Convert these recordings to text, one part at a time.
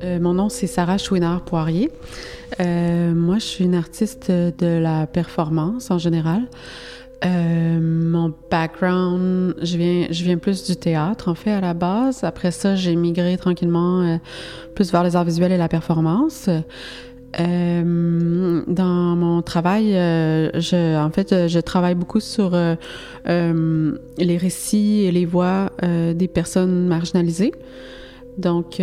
Mon nom, c'est Sarah Chouinard-Poirier. Moi, je suis une artiste de la performance en général. Mon background, je viens plus du théâtre, en fait, à la base. Après ça, j'ai migré tranquillement plus vers les arts visuels et la performance. Dans mon travail, je travaille beaucoup sur les récits et les voix des personnes marginalisées. Donc,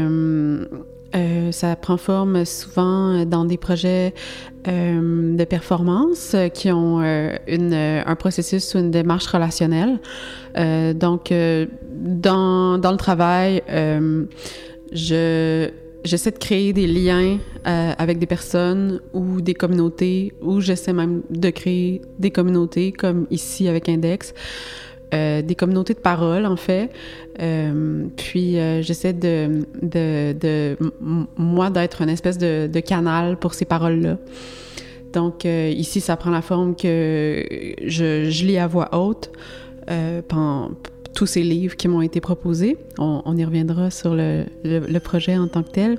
ça prend forme souvent dans des projets de performance qui ont un processus ou une démarche relationnelle. Donc, dans le travail, j'essaie de créer des liens avec des personnes ou des communautés, ou j'essaie même de créer des communautés, comme ici avec Index, des communautés de parole, en fait. Puis, j'essaie moi, d'être une espèce de canal pour ces paroles-là. Donc, ici, ça prend la forme que je lis à voix haute pendant tous ces livres qui m'ont été proposés. On y reviendra sur le projet en tant que tel.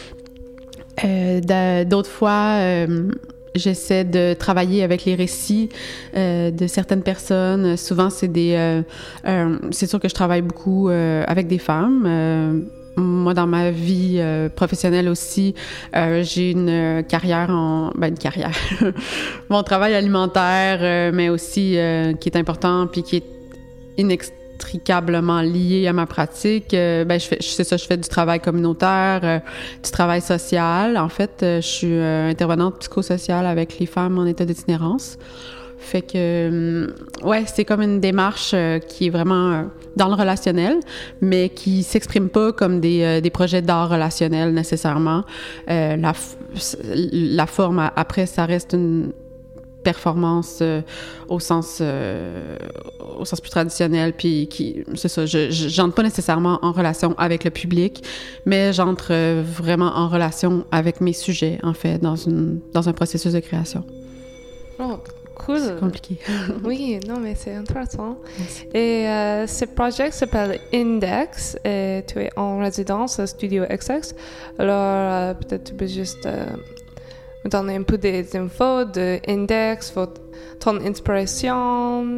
D'autres fois, j'essaie de travailler avec les récits de certaines personnes. Souvent, c'est sûr que je travaille beaucoup avec des femmes. Moi, dans ma vie professionnelle aussi, j'ai une carrière une carrière. Mon travail alimentaire, mais aussi qui est important puis qui est inextricablement lié à ma pratique. Je fais du travail communautaire, du travail social. En fait, je suis intervenante psychosociale avec les femmes en état d'itinérance. Fait que, c'est comme une démarche qui est vraiment dans le relationnel, mais qui s'exprime pas comme des projets d'art relationnel nécessairement. La forme, après, ça reste une performance au sens plus traditionnel, puis c'est ça, j'entre pas nécessairement en relation avec le public, mais j'entre vraiment en relation avec mes sujets, en fait, dans un processus de création. Oh, cool. C'est compliqué. Oui, non, mais c'est intéressant. Merci. Et ce projet s'appelle Index, et tu es en résidence à Studio XX. Alors, peut-être tu peux juste me donner un peu des infos de Index, ton inspiration,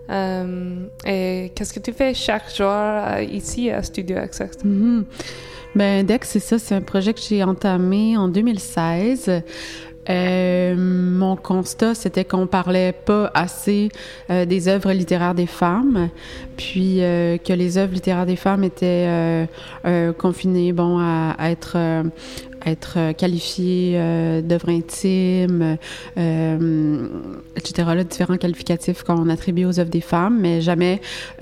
et qu'est-ce que tu fais chaque jour ici à Studio XX? Mm-hmm. Ben, Index, c'est ça, c'est un projet que j'ai entamé en 2016. Mon constat, c'était qu'on parlait pas assez des œuvres littéraires des femmes, puis que les œuvres littéraires des femmes étaient confinées, à être qualifiées d'œuvres intimes, etc. Là, différents qualificatifs qu'on attribue aux œuvres des femmes, mais jamais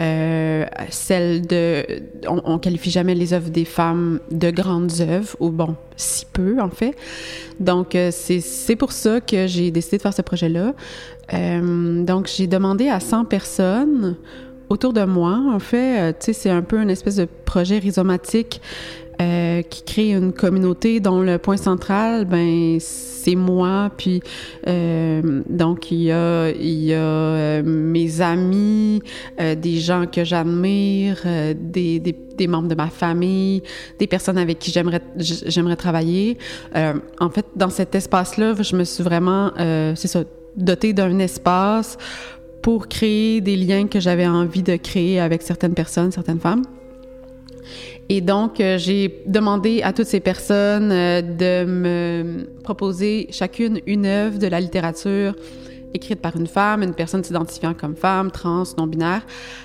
on qualifie jamais les œuvres des femmes de grandes œuvres, ou si peu, en fait. Donc, c'est pour ça que j'ai décidé de faire ce projet-là. Donc, j'ai demandé à 100 personnes autour de moi. En fait, c'est un peu une espèce de projet rhizomatique qui crée une communauté dont le point central, c'est moi. Puis, donc, il y a mes amis, des gens que j'admire, des membres de ma famille, des personnes avec qui j'aimerais travailler. En fait, dans cet espace-là, je me suis vraiment, dotée d'un espace pour créer des liens que j'avais envie de créer avec certaines personnes, certaines femmes. Et donc, j'ai demandé à toutes ces personnes de me proposer chacune une œuvre de la littérature écrite par une femme, une personne s'identifiant comme femme, trans, non-binaire,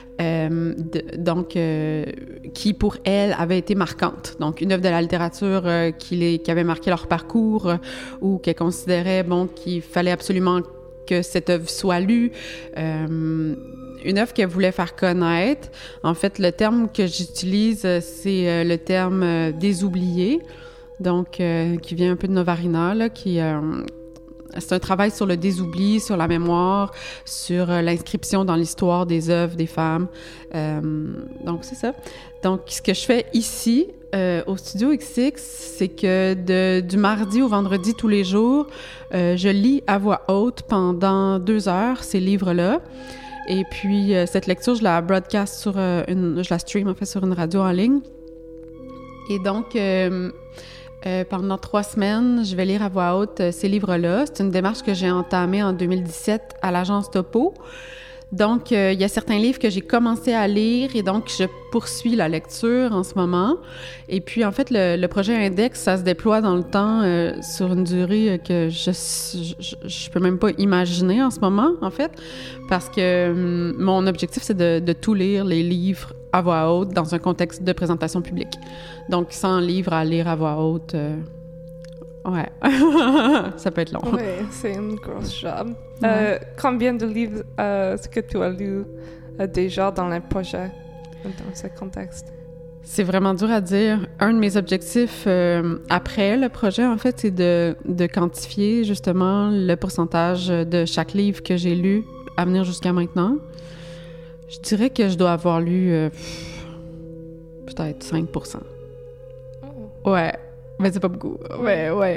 qui pour elle avait été marquante. Donc, une œuvre de la littérature qui avait marqué leur parcours ou qu'elle considérait, qu'il fallait absolument que cette œuvre soit lue. Une œuvre qu'elle voulait faire connaître. En fait, le terme que j'utilise, c'est le terme « des oubliés », donc qui vient un peu de Novarina, là, c'est un travail sur le désoubli, sur la mémoire, sur l'inscription dans l'histoire des œuvres des femmes. Donc, c'est ça. Donc, ce que je fais ici, au Studio XX, c'est que du mardi au vendredi, tous les jours, je lis à voix haute pendant 2 heures ces livres-là. Et puis, cette lecture, je la broadcast je la stream, en fait, sur une radio en ligne. Et donc, pendant 3 semaines, je vais lire à voix haute ces livres-là. C'est une démarche que j'ai entamée en 2017 à l'agence Topo. Donc, il y a certains livres que j'ai commencé à lire et donc je poursuis la lecture en ce moment. Et puis, en fait, le projet Index, ça se déploie dans le temps sur une durée que je peux même pas imaginer en ce moment, en fait, parce que mon objectif, c'est de tout lire, les livres à voix haute dans un contexte de présentation publique. Donc, 100 livres à lire à voix haute... Ouais, ça peut être long. Oui, c'est une grosse job. Combien de livres est-ce que tu as lu déjà dans le projet, dans ce contexte? C'est vraiment dur à dire. Un de mes objectifs après le projet, en fait, c'est de quantifier justement le pourcentage de chaque livre que j'ai lu à venir jusqu'à maintenant. Je dirais que je dois avoir lu peut-être 5%. Oh. Ouais. Mais c'est pas beaucoup. Ouais.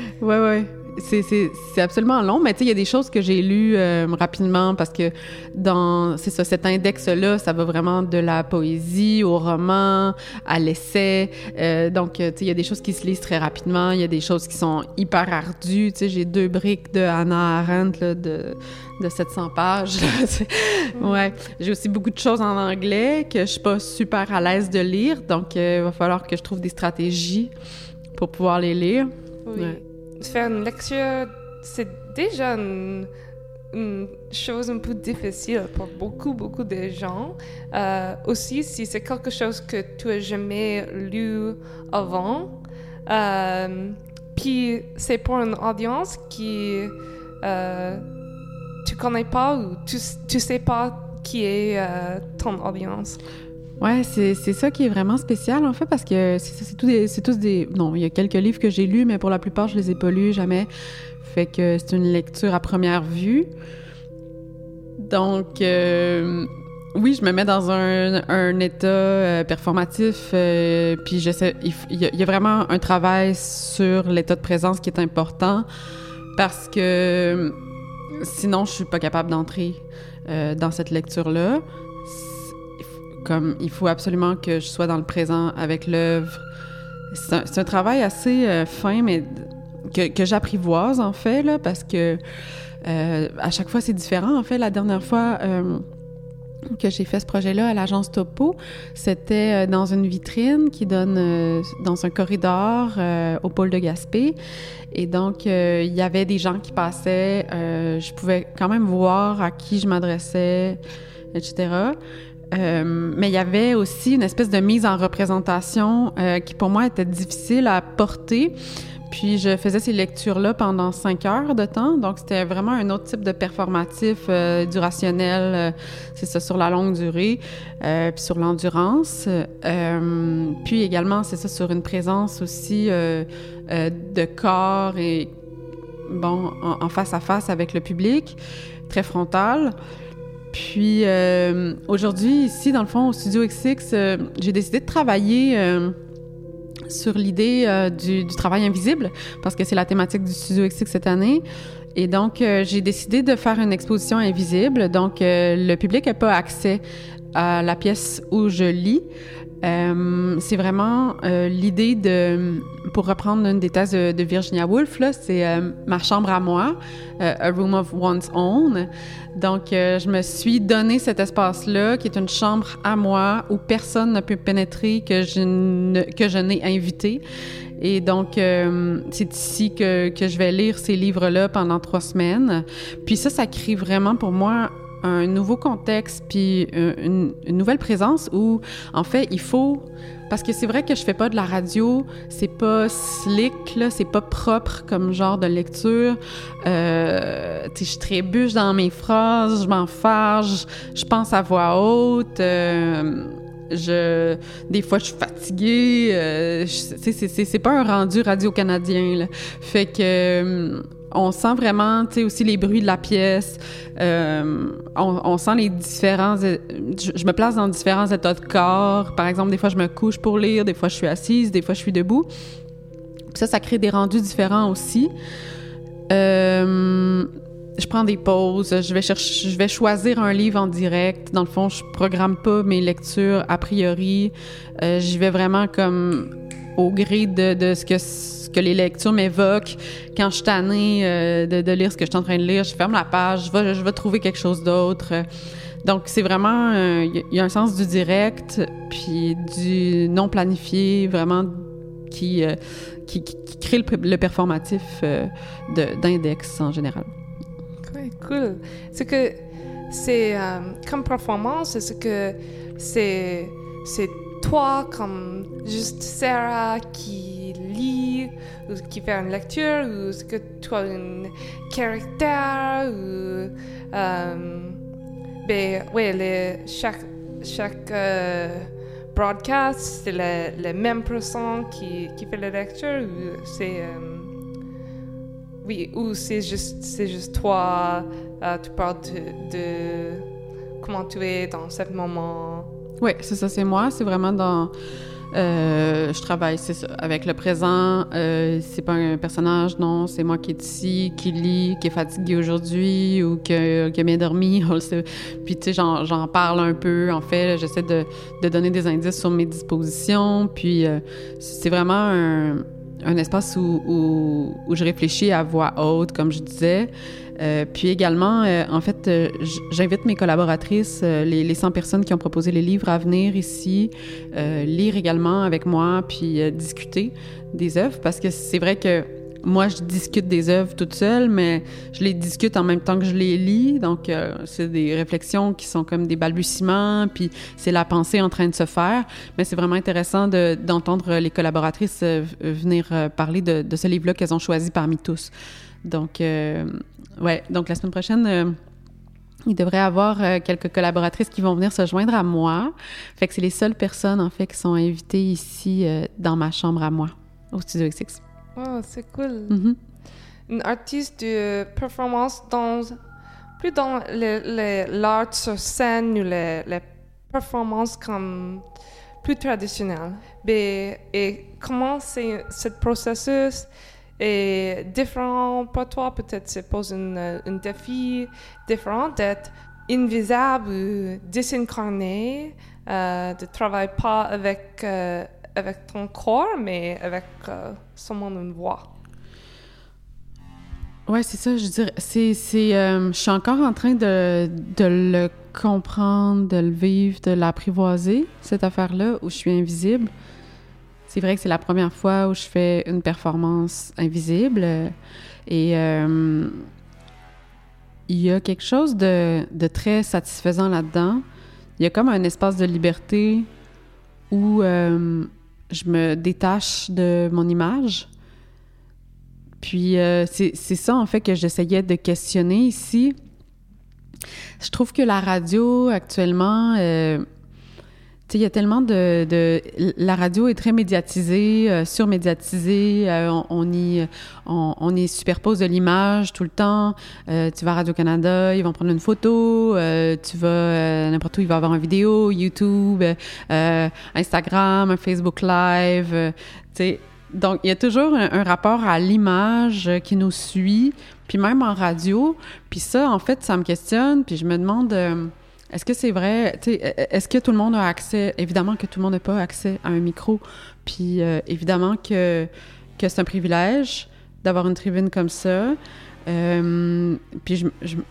C'est absolument long, mais tu sais, il y a des choses que j'ai lues rapidement parce que c'est ça, cet index-là, ça va vraiment de la poésie au roman, à l'essai. Donc, tu sais, il y a des choses qui se lisent très rapidement, il y a des choses qui sont hyper ardues. Tu sais, j'ai 2 briques de Hannah Arendt, là, de 700 pages. Ouais. J'ai aussi beaucoup de choses en anglais que je suis pas super à l'aise de lire, donc il va falloir que je trouve des stratégies pour pouvoir les lire. Oui. Ouais. Faire une lecture, c'est déjà une chose un peu difficile pour beaucoup de gens. Aussi, si c'est quelque chose que tu as jamais lu avant, puis c'est pour une audience qui tu connais pas ou tu sais pas qui est ton audience. Ouais, c'est ça qui est vraiment spécial, en fait, parce que c'est tous des... Non, il y a quelques livres que j'ai lus, mais pour la plupart, je les ai pas lus jamais. Fait que c'est une lecture à première vue. Donc, oui, je me mets dans un état performatif, puis j'essaie... Il y a vraiment un travail sur l'état de présence qui est important, parce que sinon, je suis pas capable d'entrer dans cette lecture-là. Comme il faut absolument que je sois dans le présent avec l'œuvre. C'est un travail assez fin, mais que j'apprivoise, en fait, là, parce que à chaque fois, c'est différent. En fait, la dernière fois que j'ai fait ce projet-là à l'agence Topo, c'était dans une vitrine qui donne dans un corridor au pôle de Gaspé. Et donc, il y avait des gens qui passaient. Je pouvais quand même voir à qui je m'adressais, etc., mais il y avait aussi une espèce de mise en représentation qui, pour moi, était difficile à porter. Puis, je faisais ces lectures-là pendant 5 heures de temps. Donc, c'était vraiment un autre type de performatif du rationnel, c'est ça, sur la longue durée, puis sur l'endurance. Puis également, c'est ça, sur une présence aussi de corps et, bon, en face à face avec le public, très frontal. Puis aujourd'hui, ici, dans le fond, au Studio XX, j'ai décidé de travailler sur l'idée du travail invisible, parce que c'est la thématique du Studio XX cette année. Et donc, j'ai décidé de faire une exposition invisible. Donc, le public n'a pas accès à la pièce où je lis. C'est vraiment l'idée de, pour reprendre une des thèses de Virginia Woolf, là, c'est ma chambre à moi, a room of one's own. Donc, je me suis donné cet espace-là, qui est une chambre à moi où personne ne peut pénétrer, que je n'ai invité. Et donc, c'est ici que je vais lire ces livres-là pendant 3 semaines. Puis ça crée vraiment pour moi un nouveau contexte, puis une nouvelle présence où, en fait, il faut... Parce que c'est vrai que je fais pas de la radio, c'est pas slick, là, c'est pas propre comme genre de lecture. Tu sais, je trébuche dans mes phrases, je m'enfarge, je pense à voix haute, des fois, je suis fatiguée. C'est pas un rendu radio-canadien, là. Fait que... on sent vraiment, tu sais, aussi les bruits de la pièce. On sent les différents... Je me place dans différents états de corps. Par exemple, des fois, je me couche pour lire. Des fois, je suis assise. Des fois, je suis debout. Puis ça crée des rendus différents aussi. Je prends des pauses. Je vais choisir un livre en direct. Dans le fond, je programme pas mes lectures a priori. J'y vais vraiment comme au gré de ce que les lectures m'évoquent. Quand je suis tannée de lire ce que je suis en train de lire, je ferme la page, je vais trouver quelque chose d'autre. Donc, c'est vraiment... Il y a un sens du direct, puis du non planifié, vraiment, qui crée le performatif d'index en général. Oui, cool. C'est que c'est comme performance, c'est que c'est toi comme juste Sarah qui lit ou qui fait une lecture, ou est-ce que tu as un caractère ou ben ouais, chaque broadcast c'est la même personne qui fait la lecture, ou c'est oui, ou c'est juste toi, tu parles de comment tu es dans ce moment. Oui, c'est ça, c'est moi. C'est vraiment dans... je travaille, c'est ça, avec le présent. C'est pas un personnage, non. C'est moi qui est ici, qui lit, qui est fatigué aujourd'hui ou qui a bien dormi. On le sait. Puis, tu sais, j'en parle un peu. En fait, j'essaie de donner des indices sur mes dispositions. Puis, c'est vraiment un espace où je réfléchis à voix haute, comme je disais. Puis également, en fait, j'invite mes collaboratrices, les 100 personnes qui ont proposé les livres, à venir ici, lire également avec moi, puis discuter des œuvres, parce que c'est vrai que moi, je discute des œuvres toute seule, mais je les discute en même temps que je les lis, donc c'est des réflexions qui sont comme des balbutiements, puis c'est la pensée en train de se faire, mais c'est vraiment intéressant d'entendre les collaboratrices venir parler de ce livre-là qu'elles ont choisi parmi tous. Donc, ouais, donc la semaine prochaine, il devrait y avoir quelques collaboratrices qui vont venir se joindre à moi. Fait que c'est les seules personnes, en fait, qui sont invitées ici dans ma chambre à moi, au Studio XX. Oh, c'est cool. Mm-hmm. Une artiste de performance plus dans l'art sur scène ou les performances comme plus traditionnelles. Et comment c'est ce processus est différent pour toi? Peut-être ça pose un défi différent d'être invisible ou désincarné, de travailler pas avec ton corps, mais avec seulement une voix. Ouais, c'est ça, je dirais. Je suis encore en train de le comprendre, de le vivre, de l'apprivoiser, cette affaire-là, où je suis invisible. C'est vrai que c'est la première fois où je fais une performance invisible. Et il y a quelque chose de très satisfaisant là-dedans. Il y a comme un espace de liberté où je me détache de mon image. Puis c'est ça, en fait, que j'essayais de questionner ici. Je trouve que la radio, actuellement, tu sais, il y a tellement la radio est très médiatisée, surmédiatisée. On y superpose de l'image tout le temps. Tu vas à Radio-Canada, ils vont prendre une photo. Tu vas n'importe où, il va y avoir une vidéo, YouTube, Instagram, un Facebook Live. Tu sais, donc il y a toujours un rapport à l'image qui nous suit, puis même en radio. Puis ça, en fait, ça me questionne. Puis je me demande... est-ce que c'est vrai, tu sais, est-ce que tout le monde a accès? Évidemment que tout le monde n'a pas accès à un micro. Puis évidemment que c'est un privilège d'avoir une tribune comme ça. Puis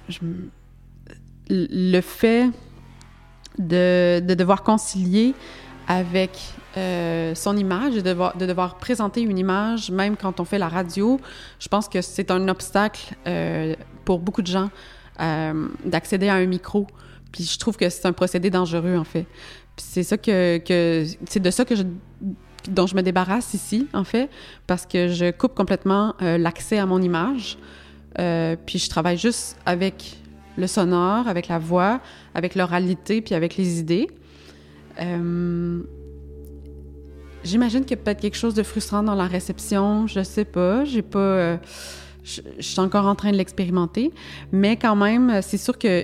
le fait de devoir concilier avec son image, de devoir présenter une image, même quand on fait la radio, je pense que c'est un obstacle pour beaucoup de gens d'accéder à un micro. Puis je trouve que c'est un procédé dangereux, en fait. Puis c'est ça c'est de ça dont je me débarrasse ici, en fait, parce que je coupe complètement l'accès à mon image. Puis je travaille juste avec le sonore, avec la voix, avec l'oralité, puis avec les idées. J'imagine qu'il y a peut-être quelque chose de frustrant dans la réception, je sais pas, j'ai pas... je suis encore en train de l'expérimenter, mais quand même, c'est sûr que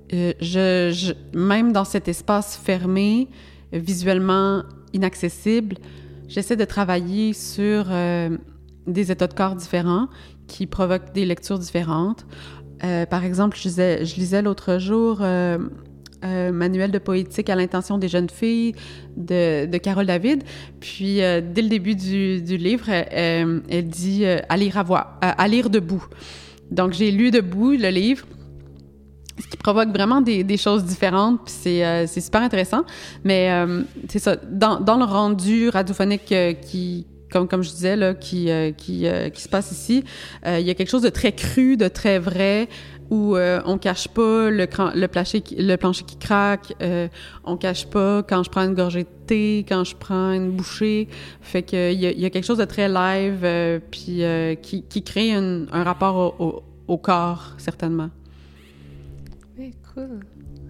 même dans cet espace fermé, visuellement inaccessible, j'essaie de travailler sur des états de corps différents qui provoquent des lectures différentes. Par exemple, je lisais l'autre jour Manuel de poétique à l'intention des jeunes filles de Carole David. Puis, dès le début du livre, elle dit à lire debout. Donc, j'ai lu debout le livre, ce qui provoque vraiment des choses différentes, puis c'est super intéressant. Mais c'est ça, dans le rendu radiophonique comme je disais, là, qui se passe ici, il y a quelque chose de très cru, de très vrai, où on cache pas le plancher qui craque, on cache pas quand je prends une gorgée de thé, quand je prends une bouchée. Fait que il y a quelque chose de très live, puis qui crée un rapport au corps, certainement. Oui, cool.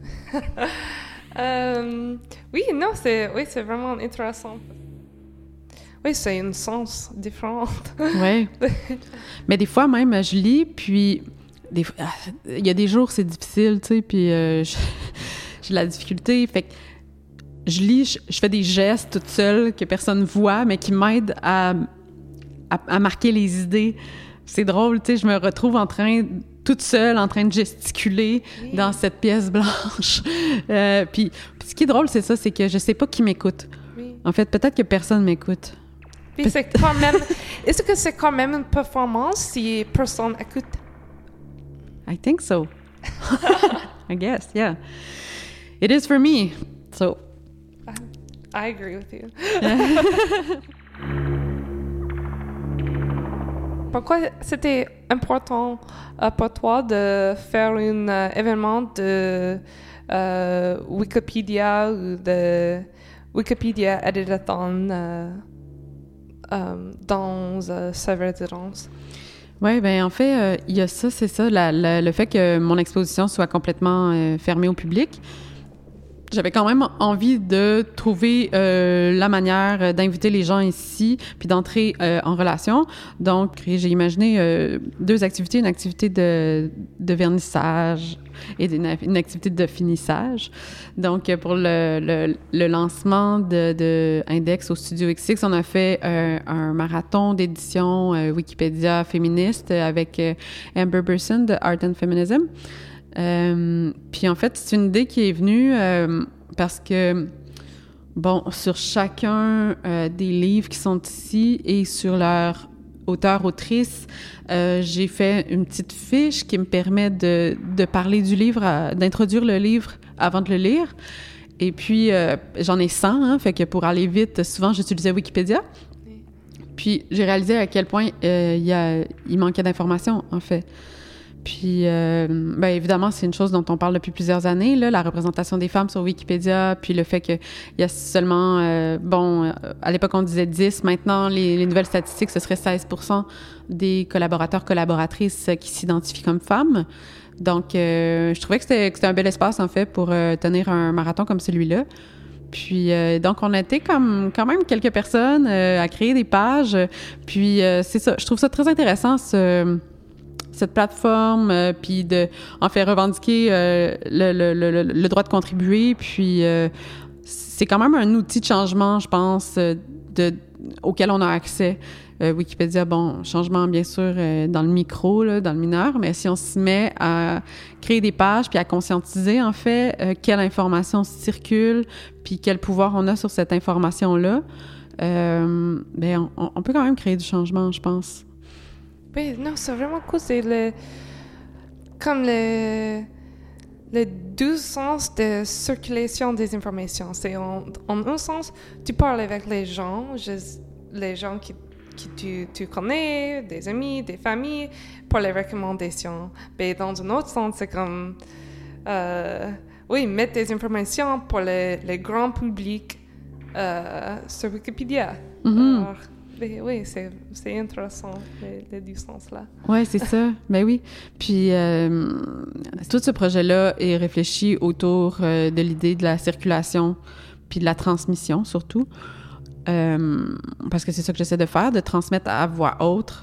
Oui, c'est vraiment intéressant. Oui, c'est un sens différent. Oui. Mais des fois, même, je lis, puis il y a des jours, c'est difficile, tu sais, puis j'ai de la difficulté. Fait que je lis, je fais des gestes toute seule que personne voit, mais qui m'aident à marquer les idées. C'est drôle, tu sais, je me retrouve toute seule, en train de gesticuler dans cette pièce blanche. Puis ce qui est drôle, c'est ça, c'est que je sais pas qui m'écoute. Oui. En fait, peut-être que personne m'écoute. Puis c'est quand même... Est-ce que c'est quand même une performance si personne écoute? I think so. I guess, yeah. It is for me, so... I agree with you. Pourquoi c'était important pour toi de faire un événement de Wikipédia ou de Wikipédia Editathon dans sa résidence? Oui, bien, en fait, il y a ça, c'est ça, le fait que mon exposition soit complètement fermée au public. J'avais quand même envie de trouver la manière d'inviter les gens ici, puis d'entrer en relation. Donc, j'ai imaginé deux activités, une activité de vernissage et une activité de finissage. Donc, pour le lancement de Index au Studio XX, on a fait un marathon d'édition Wikipédia féministe avec Amber Burson de Art and Feminism. Puis en fait, c'est une idée qui est venue parce que, bon, sur chacun des livres qui sont ici et sur leur auteur-autrice, j'ai fait une petite fiche qui me permet de parler du livre, d'introduire le livre avant de le lire. Et puis, j'en ai 100, hein, fait que pour aller vite, souvent, j'utilisais Wikipédia. Puis, j'ai réalisé à quel point il manquait d'informations, en fait. Puis, ben évidemment, c'est une chose dont on parle depuis plusieurs années, là, la représentation des femmes sur Wikipédia, puis le fait qu'il y a seulement, à l'époque, on disait 10. Maintenant, les nouvelles statistiques, ce serait 16% des collaboratrices qui s'identifient comme femmes. Donc, je trouvais que c'était un bel espace, en fait, pour tenir un marathon comme celui-là. Puis, donc, on a été quand même quelques personnes à créer des pages. Puis, c'est ça, je trouve ça très intéressant, cette plateforme, puis en fait revendiquer le droit de contribuer, puis c'est quand même un outil de changement, je pense, auquel on a accès. Wikipédia, bon, changement bien sûr dans le micro, là, dans le mineur, mais si on se met à créer des pages puis à conscientiser en fait quelle information circule puis quel pouvoir on a sur cette information-là, ben on peut quand même créer du changement, je pense. Oui, non, c'est vraiment cool. C'est comme les deux sens de circulation des informations. C'est en un sens, tu parles avec les gens qui tu connais, des amis, des familles, pour les recommandations. Mais dans un autre sens, c'est comme, mettre des informations pour les grands publics sur Wikipédia. Mm-hmm. Alors, oui, c'est intéressant, les deux sens-là. Oui, c'est ça. Ben oui. Puis, tout ce projet-là est réfléchi autour de l'idée de la circulation puis de la transmission, surtout. Parce que c'est ça que j'essaie de faire, de transmettre à voix haute,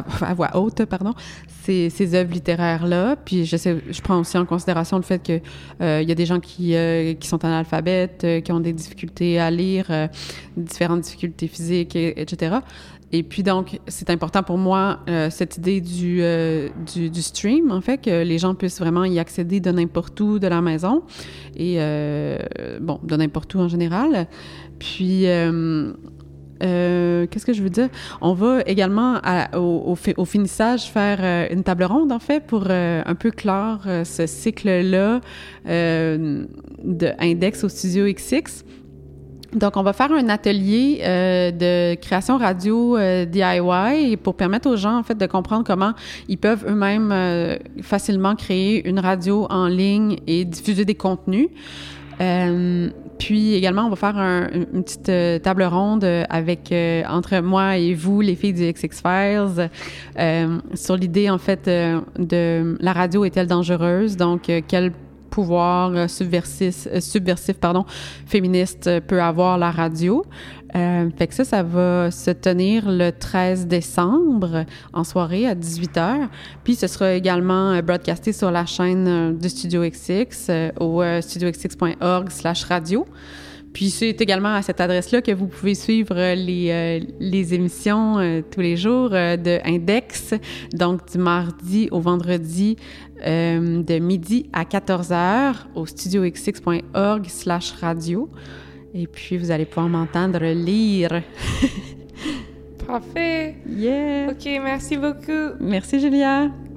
ces œuvres littéraires-là. Puis je prends aussi en considération le fait que il y a des gens qui sont analphabètes, qui ont des difficultés à lire, différentes difficultés physiques, etc. Et puis donc, c'est important pour moi, cette idée du stream, en fait, que les gens puissent vraiment y accéder de n'importe où de la maison et, de n'importe où en général. Puis, qu'est-ce que je veux dire? On va également, au finissage, faire une table ronde, en fait, pour un peu clore ce cycle-là de Index au Studio XX. Donc, on va faire un atelier de création radio DIY pour permettre aux gens, en fait, de comprendre comment ils peuvent eux-mêmes facilement créer une radio en ligne et diffuser des contenus. Puis également, on va faire une petite table ronde avec entre moi et vous, les filles du XX-Files, sur l'idée, en fait, de la radio est-elle dangereuse? Donc, quel pouvoir subversif, féministe peut avoir la radio. Fait que ça va se tenir le 13 décembre en soirée à 18h. Puis ce sera également broadcasté sur la chaîne du Studio XX au studioxx.org/radio. Puis c'est également à cette adresse-là que vous pouvez suivre les émissions tous les jours de Index, donc du mardi au vendredi de midi à 14h au studioxx.org/radio. Et puis vous allez pouvoir m'entendre lire. Parfait! Yeah! OK, merci beaucoup! Merci Julia!